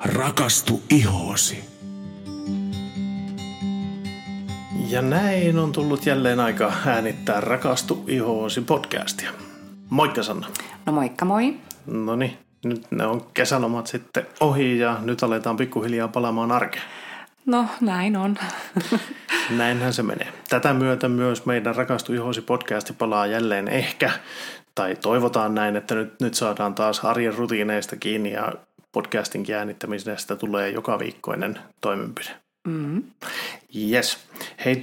Rakastu ihoosi. Ja näin on tullut jälleen aika äänittää Rakastu ihoosi podcastia. Moikka Sanna. No moikka moi. Noniin, nyt ne on kesälomat sitten ohi ja nyt aletaan pikkuhiljaa palaamaan arkeen. No näin on. Näinhän se menee. Tätä myötä myös meidän Rakastu ihoosi podcasti palaa jälleen ehkä. Tai toivotaan näin, että nyt saadaan taas arjen rutiineista kiinni ja podcastin äänittämisestä tulee joka viikkoinen toimenpide. Mm-hmm. Yes. Hei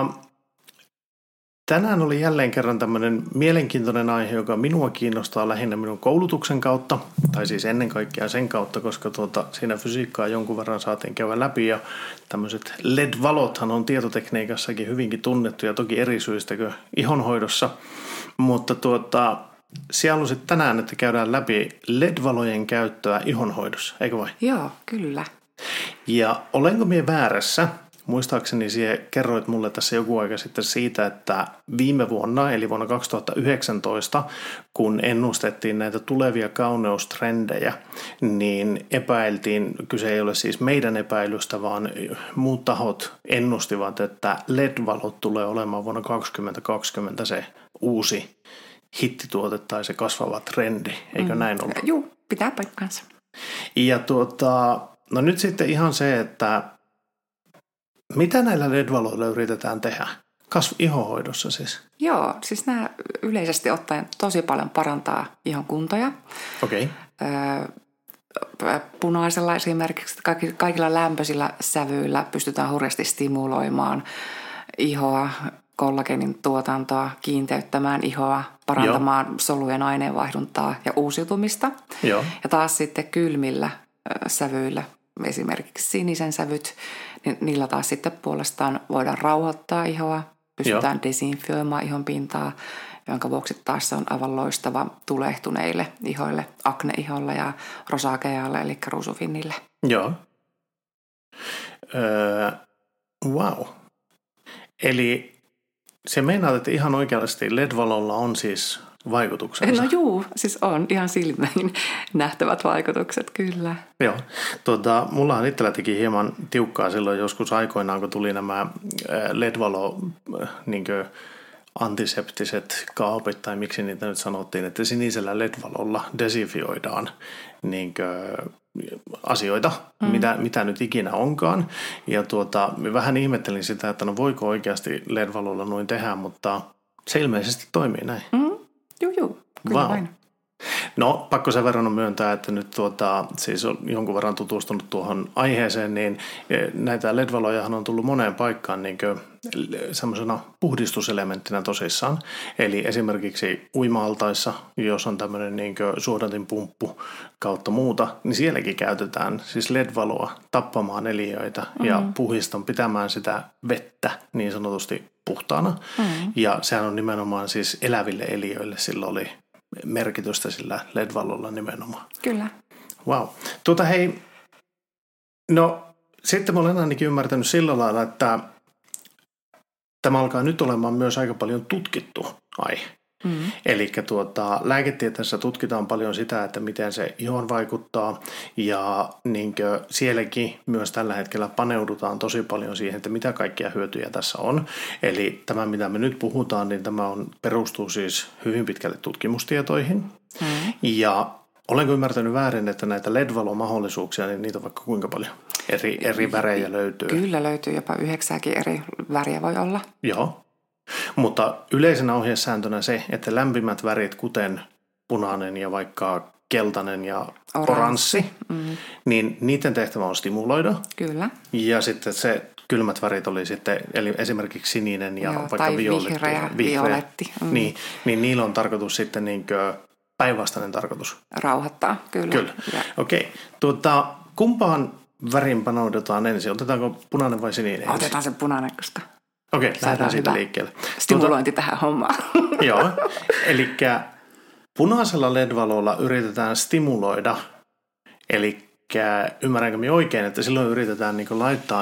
tänään oli jälleen kerran tämmöinen mielenkiintoinen aihe, joka minua kiinnostaa lähinnä minun koulutuksen kautta, tai siis ennen kaikkea sen kautta, koska siinä fysiikkaa jonkun verran saatiin käydä läpi, ja tämmöiset LED-valothan on tietotekniikassakin hyvinkin tunnettu, ja toki eri syistä kuin ihonhoidossa, mutta siellä haluaisit tänään, että käydään läpi LED-valojen käyttöä ihonhoidossa, eikö vai? Joo, kyllä. Ja olenko minä väärässä? Muistaakseni sinä kerroit mulle tässä joku aika sitten siitä, että viime vuonna, eli vuonna 2019, kun ennustettiin näitä tulevia kauneustrendejä, niin epäiltiin, kyse ei ole siis meidän epäilystä, vaan muut tahot ennustivat, että LED-valot tulee olemaan vuonna 2020 se uusi hittituote tai se kasvava trendi, eikö näin ollut? Joo, pitää paikkansa. Ja no nyt sitten ihan se, että mitä näillä LED-valoilla yritetään tehdä? Ihonhoidossa siis? Joo, siis nämä yleisesti ottaen tosi paljon parantaa ihon kuntoja. Okei. Punaisella esimerkiksi kaikilla lämpöisillä sävyillä pystytään hurjasti stimuloimaan ihoa, kollageenin tuotantoa, kiinteyttämään ihoa, parantamaan solujen aineenvaihduntaa ja uusiutumista. Joo. Ja taas sitten kylmillä sävyillä, esimerkiksi sinisen sävyt, niin niillä taas sitten puolestaan voidaan rauhoittaa ihoa, pystytään desinfioimaan ihon pintaa, jonka vuoksi taas se on aivan loistava tulehtuneille ihoille, akneiholle ja rosakealle, eli ruusufinnille. Joo. Wow. Eli se meinaat, että ihan oikeasti LED-valolla on siis vaikutuksensa? No juu, siis on ihan silmäin nähtävät vaikutukset, kyllä. Joo. Mullahan itsellä teki hieman tiukkaa silloin joskus aikoinaan, kun tuli nämä LED-valo antiseptiset kaapit, tai miksi niitä nyt sanottiin, että sinisellä LED-valolla desinfioidaan asioita, mitä nyt ikinä onkaan. Ja vähän ihmettelin sitä, että no voiko oikeasti LED-valolla noin tehdä, mutta se ilmeisesti toimii näin. Joo, kyllä wow. vain. No, pakko sen verran myöntää, että nyt siis on jonkun verran tutustunut tuohon aiheeseen, niin näitä LED-valojahan on tullut moneen paikkaan semmoisena puhdistuselementtinä tosissaan. Eli esimerkiksi uima-altaissa, jos on tämmöinen suodatinpumppu kautta muuta, niin sielläkin käytetään siis LED-valoa tappamaan eliöitä ja pitämään sitä vettä niin sanotusti puhtaana. Ja sehän on nimenomaan siis eläville eliöille, sillä oli merkitystä sillä LED-valolla nimenomaan. Kyllä. Wow. Hei, no sitten mä olen ainakin ymmärtänyt sillä lailla, että tämä alkaa nyt olemaan myös aika paljon tutkittu aihe. Eli lääketieteessä tutkitaan paljon sitä, että miten se ihoon vaikuttaa ja sielläkin myös tällä hetkellä paneudutaan tosi paljon siihen, että mitä kaikkia hyötyjä tässä on. Eli tämä, mitä me nyt puhutaan, niin tämä perustuu siis hyvin pitkälle tutkimustietoihin. Ja olenko ymmärtänyt väärin, että näitä LED-valomahdollisuuksia, niin niitä on vaikka kuinka paljon eri värejä löytyy? Kyllä löytyy, jopa 9 eri väriä voi olla. Joo. Mutta yleisenä ohjesääntönä se, että lämpimät värit, kuten punainen ja vaikka keltainen ja oranssi, niin niiden tehtävä on stimuloida. Kyllä. Ja sitten se kylmät värit oli sitten, eli esimerkiksi sininen ja vaikka tai violetti. Niin niillä on tarkoitus sitten päinvastainen tarkoitus. Rauhoittaa, kyllä. Okei. Kumpaan värin panoudutaan ensin? Otetaanko punainen vai sininen? Otetaan se punainen, koska okei, lähdetään siitä liikkeelle. Stimulointi tähän hommaan. Joo, eli punaisella LED-valolla yritetään stimuloida, eli ymmärränkö minä oikein, että silloin yritetään laittaa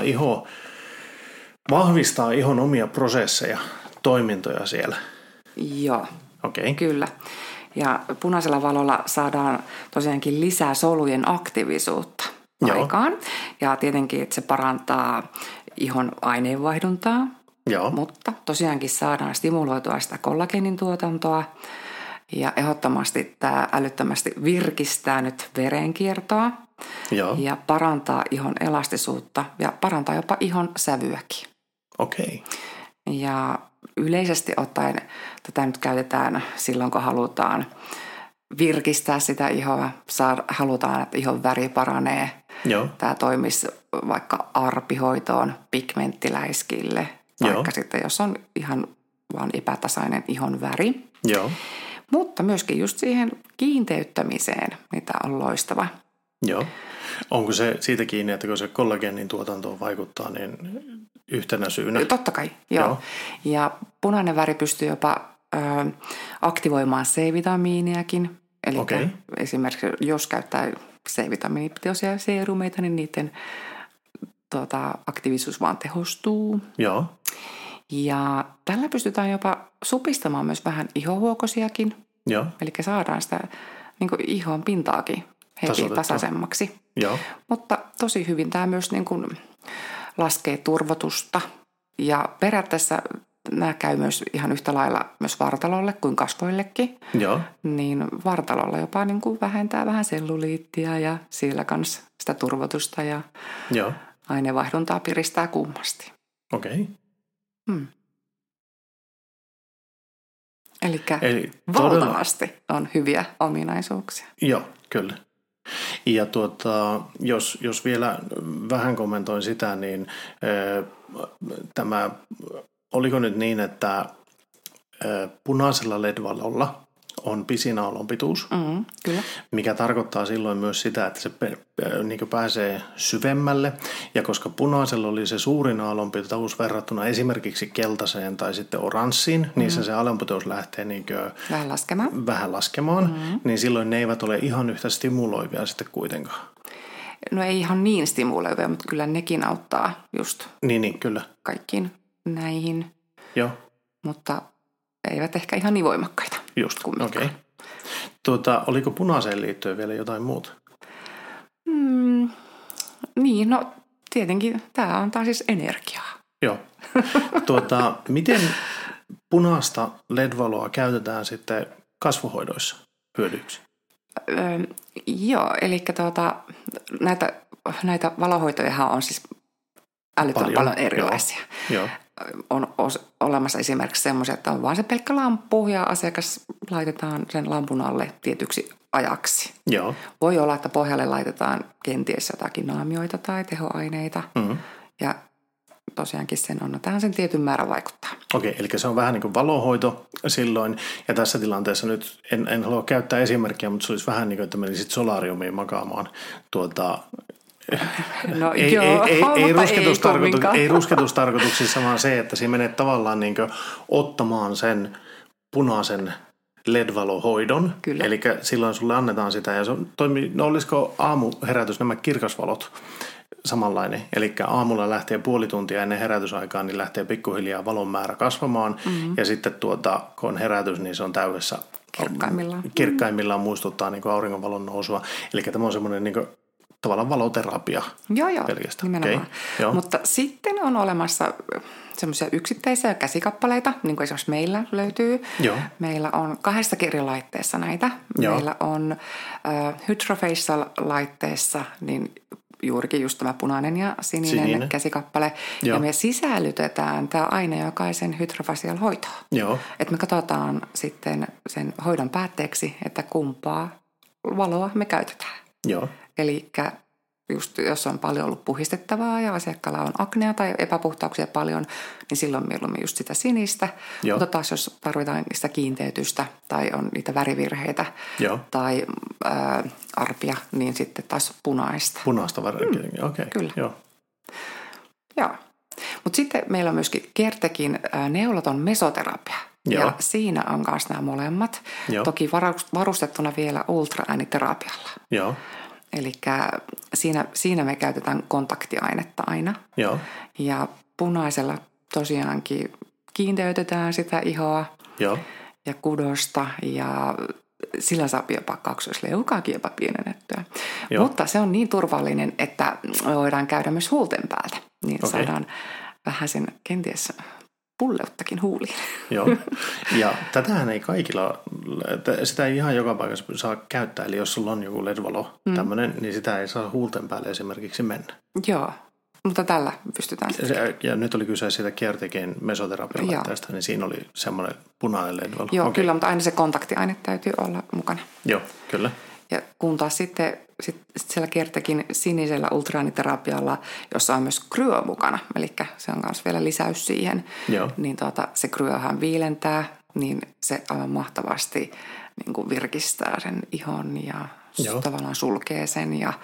vahvistaa ihon omia prosesseja, toimintoja siellä. Joo, okei. Kyllä. Ja punaisella valolla saadaan tosiaankin lisää solujen aktiivisuutta. Joo. aikaan. Ja tietenkin, että se parantaa ihon aineenvaihduntaa, Joo. mutta tosiaankin saadaan stimuloitua sitä kollageenin tuotantoa. Ja ehdottomasti tämä älyttömästi virkistää nyt verenkiertoa Joo. ja parantaa ihon elastisuutta ja parantaa jopa ihon sävyäkin. Okei. Ja yleisesti ottaen tätä nyt käytetään silloin, kun halutaan virkistää sitä ihoa, halutaan, että ihon väri paranee. Joo. Tämä toimisi vaikka arpihoitoon pigmenttiläiskille, vaikka sitten jos on ihan vaan epätasainen ihon väri. Joo. Mutta myöskin just siihen kiinteyttämiseen, mitä on loistava. Joo. Onko se siitä kiinni, että kun se kollageenin tuotantoon vaikuttaa, niin yhtenä syynä? Totta kai, joo. Ja punainen väri pystyy jopa aktivoimaan C-vitamiiniakin. Eli esimerkiksi jos käyttää C-vitamiinipitoisia seerumeita, niin niiden aktiivisuus vaan tehostuu. Joo. Ja tällä pystytään jopa supistamaan myös vähän ihohuokosiakin. Joo. Eli saadaan sitä niin kuin ihon pintaakin heti tasaisemmaksi. Joo. Mutta tosi hyvin tämä myös niin kuin laskee turvotusta. Ja periaatteessa nämä käy myös ihan yhtä lailla myös vartalolle kuin kasvoillekin. Joo. Niin vartalolla jopa niin kuin vähentää vähän selluliittia ja siellä kanssa sitä turvotusta ja Joo. aineenvaihduntaa piristää kummasti. Okei. Eli valtavasti on hyviä ominaisuuksia. Joo, kyllä. Ja jos vielä vähän kommentoin sitä, niin oliko nyt niin, että punaisella LED-valolla on pisin aallonpituus, kyllä. Mikä tarkoittaa silloin myös sitä, että se niin pääsee syvemmälle. Ja koska punaisella oli se suurin aallonpituus verrattuna esimerkiksi keltaiseen tai sitten oranssiin, niissä se aallonpituus lähtee niin vähän laskemaan, niin silloin ne eivät ole ihan yhtä stimuloivia sitten kuitenkaan. No ei ihan niin stimuloivia, mutta kyllä nekin auttaa just Niin, kyllä. kaikkiin näihin. Joo. Mutta eivät ehkä ihan niin voimakkaita. Just, okei. Oliko punaiseen liittyen vielä jotain muuta? Niin, no tietenkin tämä antaa siis energiaa. Joo. Miten punaista LED-valoa käytetään sitten kasvohoidoissa hyödyksi? Joo, eli näitä valohoitojahan on siis älyttömän paljon erilaisia. Joo. On olemassa esimerkiksi semmoisia, että on vaan se pelkkä lamppu ja asiakas laitetaan sen lampun alle tietyksi ajaksi. Joo. Voi olla, että pohjalle laitetaan kenties jotakin naamioita tai tehoaineita ja tosiaankin sen annetaan sen tietyn määrän vaikuttaa. Okei, eli se on vähän niin kuin valohoito silloin ja tässä tilanteessa nyt en halua käyttää esimerkkiä, mutta se olisi vähän niin kuin, että menisit solariumiin makaamaan No, ei rusketustarkoituksissa, vaan se, että siinä menee tavallaan niin kuin ottamaan sen punaisen LED-valohoidon. Kyllä. Eli silloin sulle annetaan sitä ja se toimii, olisiko aamuherätys nämä kirkasvalot samanlainen? Eli aamulla lähtee puoli tuntia ennen herätysaikaa, niin lähtee pikkuhiljaa valon määrä kasvamaan ja sitten kun on herätys, niin se on täydessä kirkkaimmillaan muistuttaa niin kuin auringonvalon nousua. Eli tämä on semmoinen niin kuin tavallaan valoterapia. Joo, pelkästään. nimenomaan. Okay. Mutta sitten on olemassa semmoisia yksittäisiä käsikappaleita, niin kuin esimerkiksi meillä löytyy. Joo. Meillä on 2 eri laitteessa näitä. Joo. Meillä on Hydrofacial-laitteessa niin juurikin just tämä punainen ja sininen käsikappale. Joo. Ja me sisällytetään tämä aine jokaisen Hydrofacial-hoitoon. Joo. Että me katsotaan sitten sen hoidon päätteeksi, että kumpaa valoa me käytetään. Joo. Eli just jos on paljon ollut puhistettavaa ja asiakkaalla on aknea tai epäpuhtauksia paljon, niin silloin mieluummin just sitä sinistä. Joo. Mutta taas jos tarvitaan sitä kiinteytystä tai on niitä värivirheitä tai arpia, niin sitten taas punaista. Punaista väriä, okei. Kyllä. Joo. Mutta sitten meillä on myöskin Kertekin neulaton mesoterapia. Joo. Ja siinä on myös nämä molemmat. Joo. Toki varustettuna vielä ultraääniterapialla. Joo. Eli siinä me käytetään kontaktiainetta aina. Joo. Ja punaisella tosiaankin kiinteytetään sitä ihoa ja kudosta ja sillä saa jopa kaksoisleukaakin jopa pienennettyä. Joo. Mutta se on niin turvallinen, että me voidaan käydä myös huulten päältä. Niin saadaan vähän sen kenties pulleuttakin huuliin. Joo, ja tätähän ei kaikilla, sitä ei ihan joka paikassa saa käyttää. Eli jos sulla on joku LED-valo tämmöinen, niin sitä ei saa huulten päälle esimerkiksi mennä. Joo, mutta tällä pystytään sitten. Ja nyt oli kyse siitä Caretakeen mesoterapialaitteesta, niin siinä oli semmoinen punainen LED-valo. Joo, kyllä, mutta aina se kontaktiaine täytyy olla mukana. Joo, kyllä. Ja kun taas sitten siellä Caretaken sinisellä ultraääniterapialla, jossa on myös kryo mukana, eli se on myös vielä lisäys siihen, niin se kryohan viilentää, niin se aivan mahtavasti niin kuin virkistää sen ihon ja tavallaan sulkee sen ja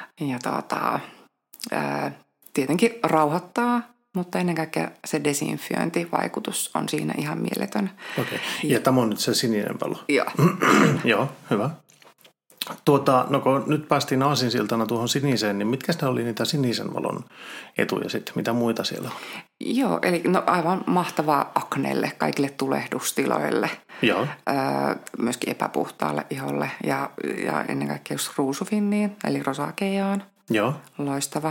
tietenkin rauhoittaa, mutta ennen kaikkea se desinfiointivaikutus on siinä ihan mieletön. Okei. Ja tämä on nyt se sininen valo. Joo. Joo, hyvä. No kun nyt päästiin aasinsiltana tuohon siniseen, niin mitkä ne oli niitä sinisen valon etuja sitten? Mitä muita siellä on? Joo, eli aivan mahtavaa akneelle, kaikille tulehdustiloille, myöskin epäpuhtaalle iholle ja ennen kaikkea just ruusufinniin, eli rosakeaan. Joo. Loistava.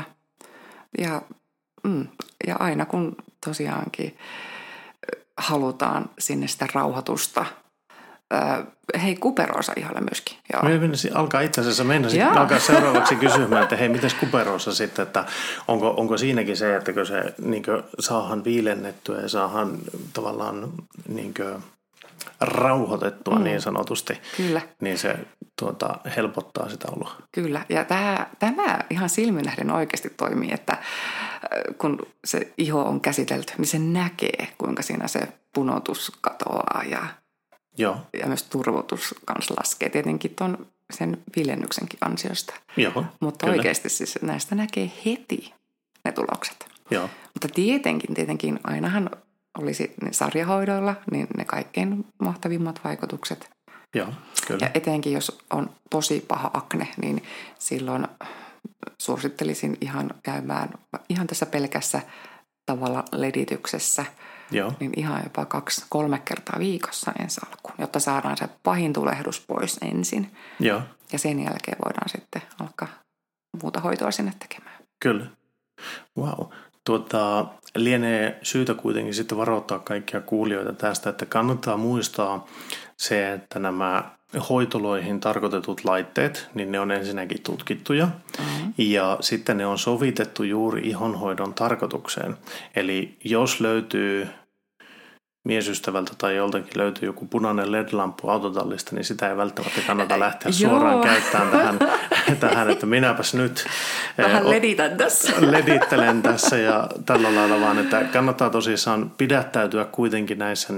Ja aina kun tosiaankin halutaan sinne sitä rauhoitusta, kuperoosa iholle myöskin. Joo. Alkaa itse asiassa alkaa seuraavaksi kysymään, että hei, mites kuperoosa sitten, että onko siinäkin se, että kun se saadaan viilennettyä ja saadaan tavallaan rauhoitettua niin sanotusti, kyllä. Niin se helpottaa sitä oloa. Kyllä, ja tämä ihan silmin nähden oikeasti toimii, että kun se iho on käsitelty, niin se näkee, kuinka siinä se punotus katoaa ja myös turvotus kanssa laskee tietenkin sen viilennyksenkin ansiosta. Joo, mutta kyllä. Oikeasti siis näistä näkee heti ne tulokset. Joo. Mutta tietenkin ainahan olisi sarjahoidoilla niin ne kaikkein mahtavimmat vaikutukset. Joo, kyllä. Ja etenkin jos on tosi paha akne, niin silloin suosittelisin ihan käymään ihan tässä pelkässä tavalla ledityksessä. Joo. Niin ihan jopa 2-3 kertaa viikossa ensi alkuun, jotta saadaan se pahin tulehdus pois ensin. Joo. Ja sen jälkeen voidaan sitten alkaa muuta hoitoa sinne tekemään. Kyllä. Wow. Lienee syytä kuitenkin sitten varoittaa kaikkia kuulijoita tästä, että kannattaa muistaa se, että nämä hoitoloihin tarkoitetut laitteet, niin ne on ensinnäkin tutkittuja ja sitten ne on sovitettu juuri ihonhoidon tarkoitukseen. Eli jos löytyy miesystävältä tai joltakin löytyy joku punainen LED-lamppu autotallista, niin sitä ei välttämättä kannata lähteä suoraan käyttämään tähän, että minäpäs nyt vähän leditän tässä. Ledittelen tässä ja tällä lailla, vaan että kannattaa tosissaan pidättäytyä kuitenkin näissä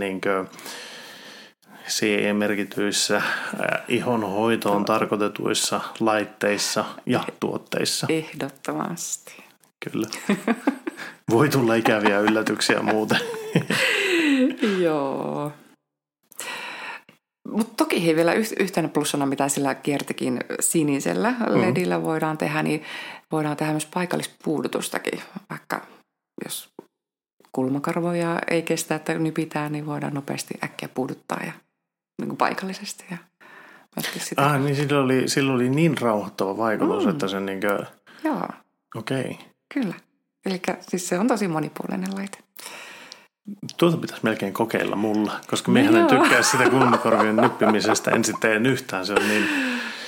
CE-merkityissä ihonhoitoon tarkoitetuissa laitteissa ja tuotteissa. Ehdottomasti. Kyllä. Voi tulla ikäviä yllätyksiä muuten. Joo. Mutta toki hei vielä yhtenä plussana, mitä sillä Caretaken sinisellä LEDillä voidaan tehdä, niin voidaan tehdä myös paikallispuudutustakin. Vaikka jos kulmakarvoja ei kestä, että nypitään, niin voidaan nopeasti äkkiä puuduttaa ja niin kuin paikallisesti. Ja sitä. Niin sillä oli niin rauhoittava vaikutus, että se Joo. Okei. Kyllä. Eli siis se on tosi monipuolinen laite. Tuota pitäisi melkein kokeilla mulla, koska miehän en tykkää sitä kulmakorvien nyppimisestä. En sitten yhtään, se on niin...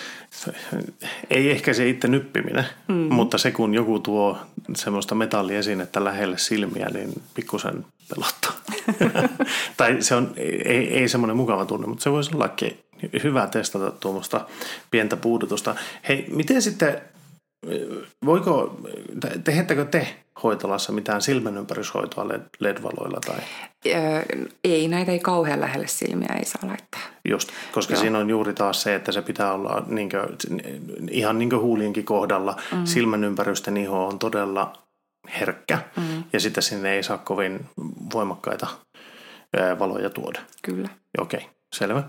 Ei ehkä se itse nyppiminen, mutta se kun joku tuo semmoista metalliesinettä lähelle silmiä, niin pikkusen pelottaa. Tai se on, ei semmoinen mukava tunne, mutta se voisi ollakin hyvä testata tuommoista pientä puudutusta. Hei, miten sitten, tehdettekö te hoitolassa mitään silmänympäryshoitoa LED-valoilla? Tai? Ei, näitä ei kauhean lähelle silmiä ei saa laittaa. Just, koska siinä on juuri taas se, että se pitää olla ihan niin kuin huulienkin kohdalla. Silmänympärysten iho on todella herkkä ja sitten sinne ei saa kovin voimakkaita valoja tuoda. Kyllä. Okei, selvä.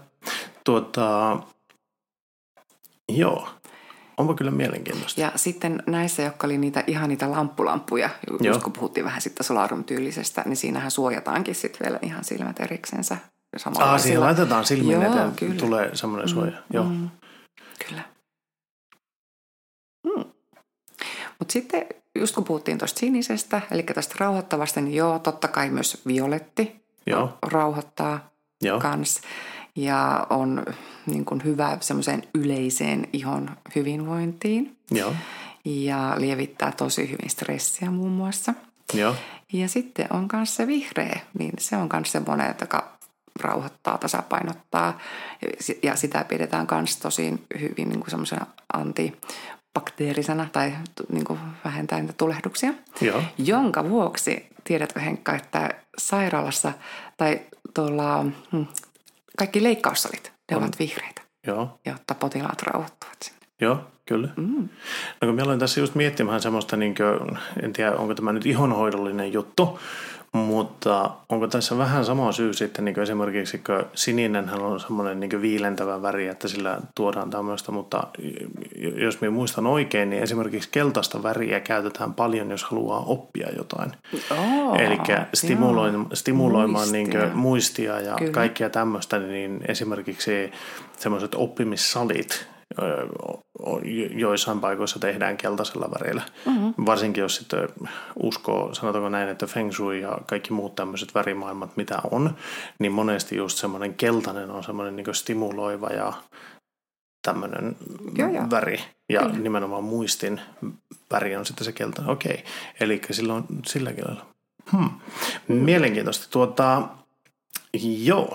Joo. Onpa kyllä mielenkiintoista. Ja sitten näissä, jotka oli niitä lamppulampuja, just kun puhuttiin vähän sitten solarium-tyylisestä, niin siinähän suojataankin sitten vielä ihan silmät eriksensä. Siihen laitetaan silmin eteen, tulee semmoinen suoja. Joo. Kyllä. Mutta sitten just kun puhuttiin tuosta sinisestä, eli tästä rauhoittavasta, niin joo, totta kai myös violetti rauhoittaa kans. Ja on niin kuin hyvä semmoiseen yleiseen ihon hyvinvointiin. Joo. Ja lievittää tosi hyvin stressiä muun muassa. Joo. Ja sitten on myös se vihreä, niin se on myös semmoinen, joka rauhoittaa, tasapainottaa. Ja sitä pidetään myös tosi hyvin niin kuin semmoisena antibakteerisena tai niin kuin vähentää niitä tulehduksia. Joo. Jonka vuoksi, tiedätkö Henkka, että sairaalassa tai tuolla kaikki leikkaussalit, ne ovat vihreitä, jotta potilaat rauhoittuvat sinne. Joo, kyllä. No kun mä aloin tässä just miettimään semmoista, niin kuin, en tiedä onko tämä nyt ihonhoidollinen juttu, mutta onko tässä vähän sama syy sitten, niin kuin esimerkiksi kun sininenhän on semmoinen niin viilentävä väri, että sillä tuodaan tämmöistä, mutta jos minä muistan oikein, niin esimerkiksi keltaista väriä käytetään paljon, jos haluaa oppia jotain. Eli stimuloimaan niin kuin muistia ja kyllä. Kaikkia tämmöistä, niin esimerkiksi semmoiset oppimissalit, joissain paikoissa tehdään keltaisella värillä. Varsinkin jos sitten uskoo, sanotaanko näin, että feng shui ja kaikki muut tämmöiset värimaailmat, mitä on, niin monesti just semmoinen keltainen on semmoinen niin kuin stimuloiva ja tämmöinen väri. Ja nimenomaan muistin väri on sitten se keltainen. Okei, eli silloin silläkin lailla. Mielenkiintoista. Joo.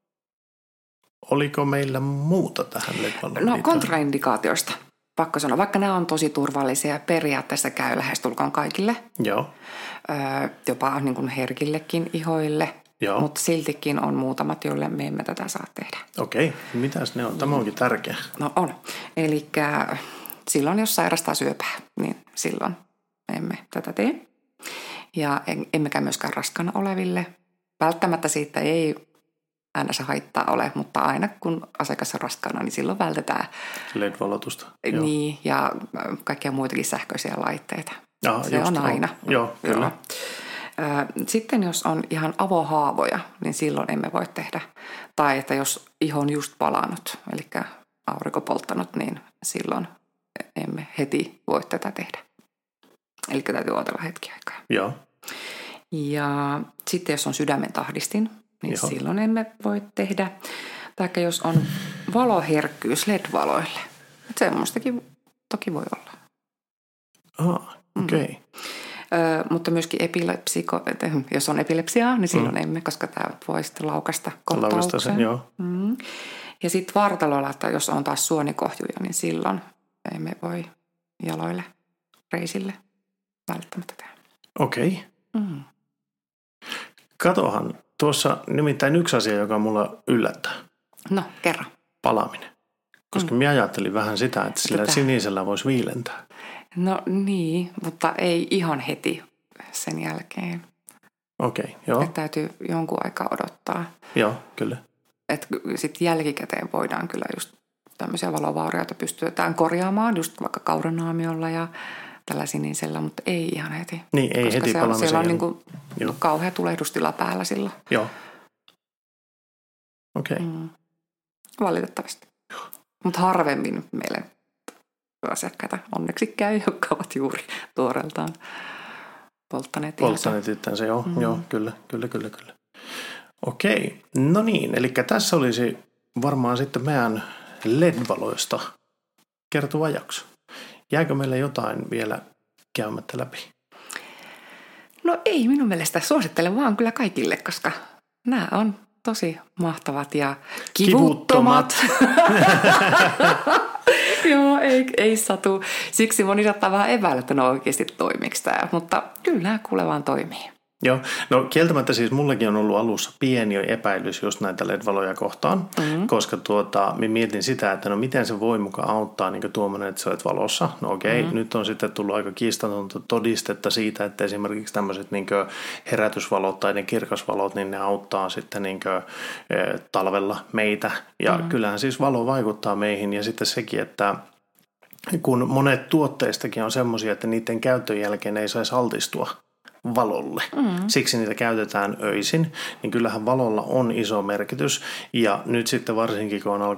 Oliko meillä muuta tähän LED-valoon? No kontraindikaatioista, pakko sanoa. Vaikka nämä on tosi turvallisia ja periaatteessa käy lähestulkoon kaikille. Joo. Jopa niin kuin herkillekin ihoille. Joo. Mutta siltikin on muutamat, joille me emme tätä saa tehdä. Okei. Mitäs ne on? Tämä onkin tärkeä. No on. Eli silloin, jos sairastaa syöpää, niin silloin emme tätä tee. Ja emmekä myöskään raskaana oleville. Välttämättä siitä ei aina se haittaa ole, mutta aina kun asiakas on raskaana, niin silloin vältetään LED-valotusta. Niin, ja kaikkia muitakin sähköisiä laitteita. Se on aina. Joo, kyllä. Joo. Sitten jos on ihan avohaavoja, niin silloin emme voi tehdä. Tai että jos iho on just palannut, eli aurinko polttanut, niin silloin emme heti voi tätä tehdä. Eli täytyy odotella hetki aikaa. Joo. Ja sitten jos on sydämen tahdistin, niin silloin emme voi tehdä. Tai jos on valoherkkyys LED-valoille. Semmoistakin toki voi olla. Okei. Okay. Mutta myöskin jos on epilepsiaa, niin silloin emme, koska tämä voi sitten laukaista kohtauksen. Ja sitten vartalolla, että jos on taas suonikohjuja, niin silloin emme voi jaloille, reisille välttämättä tehdä. Okei. Okay. Katohan, tuossa nimittäin yksi asia, joka mulla yllättää. No, kerro. Palaaminen. Koska minä ajattelin vähän sitä, että sillä sinisellä voisi viilentää. No niin, mutta ei ihan heti sen jälkeen. Okei, joo. Että täytyy jonkun aikaa odottaa. Joo, kyllä. Että sitten jälkikäteen voidaan kyllä just tämmöisiä valovaurioita pystytään korjaamaan just vaikka kauranaamiolla ja tällä sinisellä, mutta ei ihan heti. Niin, ei heti palaamisen. Siellä on niin kuin kauhea tulehdustila päällä silloin. Joo. Okei. Valitettavasti. Mutta harvemmin meille asiakkaita onneksi käy, jotka ovat juuri tuoreeltaan polttaneet itsensä, joo, kyllä. Okei, no niin, eli tässä olisi varmaan sitten meidän LED-valoista kertova jakso. Jääkö meille jotain vielä käymättä läpi? No ei minun mielestä, suosittelen vaan kyllä kaikille, koska nämä on tosi mahtavat ja kivuttomat. Joo, ei satu. Siksi moni saattaa vähän eväillä, että no oikeasti toimiiko tämä, mutta kyllä nämä kuule vaan toimii. Joo, no kieltämättä siis mullakin on ollut alussa pieni epäilys just näitä LED-valoja kohtaan, koska minä mietin sitä, että no miten se voi mukaan auttaa niin tuommoinen, että sä olet valossa. No okei, nyt on sitten tullut aika kiistatonta todistetta siitä, että esimerkiksi tämmöiset niin herätysvalot tai ne kirkasvalot, niin ne auttaa sitten niin talvella meitä. Ja kyllähän siis valo vaikuttaa meihin ja sitten sekin, että kun monet tuotteistakin on semmoisia, että niiden käytön jälkeen ei saisi altistua valolle. Siksi niitä käytetään öisin, niin kyllähän valolla on iso merkitys. Ja nyt sitten varsinkin, kun on alkanut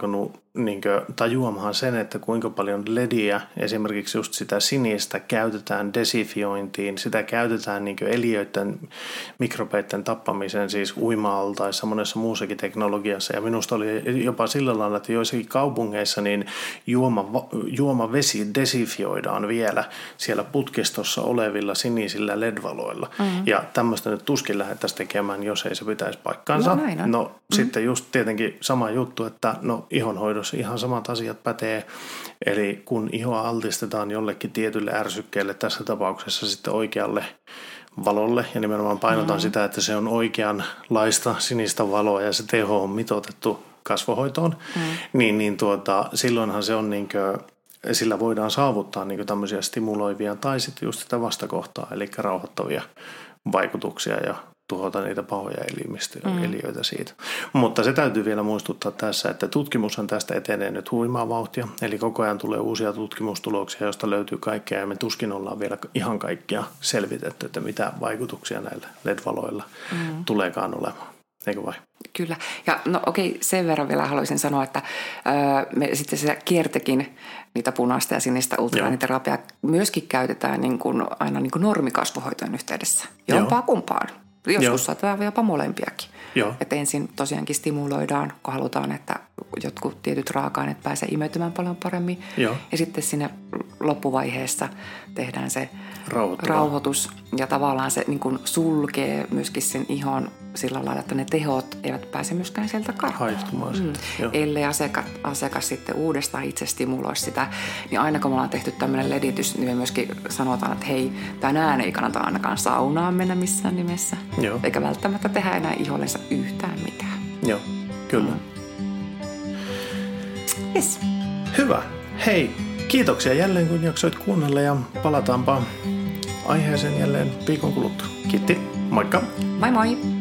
tajuamaan sen, että kuinka paljon lediä, esimerkiksi just sitä sinistä, käytetään desifiointiin, sitä käytetään eliöiden, mikrobeiden tappamiseen, siis uima-altaissa, monessa muussakin teknologiassa. Ja minusta oli jopa sillä lailla, että joissakin kaupungeissa niin juomavesi desifioidaan vielä siellä putkistossa olevilla sinisillä LED-valoilla. Ja tämmöistä nyt tuskin lähdettäisiin tekemään, jos ei se pitäisi paikkaansa. Sitten just tietenkin sama juttu, että ihonhoidossa ihan samat asiat pätee. Eli kun ihoa altistetaan jollekin tietylle ärsykkeelle, tässä tapauksessa sitten oikealle valolle, ja nimenomaan painotan sitä, että se on oikeanlaista sinistä valoa ja se teho on mitoitettu kasvohoitoon, silloinhan se on sillä voidaan saavuttaa tämmöisiä stimuloivia tai sitten just sitä vastakohtaa, eli rauhoittavia vaikutuksia ja tuhota niitä pahoja eliöitä siitä. Mutta se täytyy vielä muistuttaa tässä, että tutkimushan tästä etenee nyt huimaa vauhtia, eli koko ajan tulee uusia tutkimustuloksia, joista löytyy kaikkea, ja me tuskin ollaan vielä ihan kaikkia selvitetty, että mitä vaikutuksia näillä LED-valoilla tuleekaan olemaan. Eikö vai? Kyllä. Ja sen verran vielä haluaisin sanoa, että me sitten se kiertekin, niitä punaista ja sinistä ultraääniterapiaa myöskin käytetään aina normikasvohoitojen yhteydessä. Jompaa kumpaan. Joskus saattaa jopa molempiakin. Että ensin tosiaankin stimuloidaan, kun halutaan, että jotkut tietyt raaka-aineet pääsee imeytymään paljon paremmin. Ja sitten siinä loppuvaiheessa tehdään se rauhoitus. Ja tavallaan se sulkee myöskin sen ihon sillä lailla, että ne tehot eivät pääse myöskään sieltä karkuun. Ellei asiakas sitten uudestaan itse stimuloi sitä, niin aina kun me ollaan tehty tämmöinen leditys, niin me myöskin sanotaan, että hei, tänään ei kannata ainakaan saunaan mennä missään nimessä. Eikä välttämättä tehdä enää ihollensa yhtään mitään. Joo, kyllä. Yes. Hyvä. Hei, kiitoksia jälleen kun jaksoit kuunnella ja palataanpa aiheeseen jälleen viikon kuluttua. Kiitti. Moikka. Moi moi.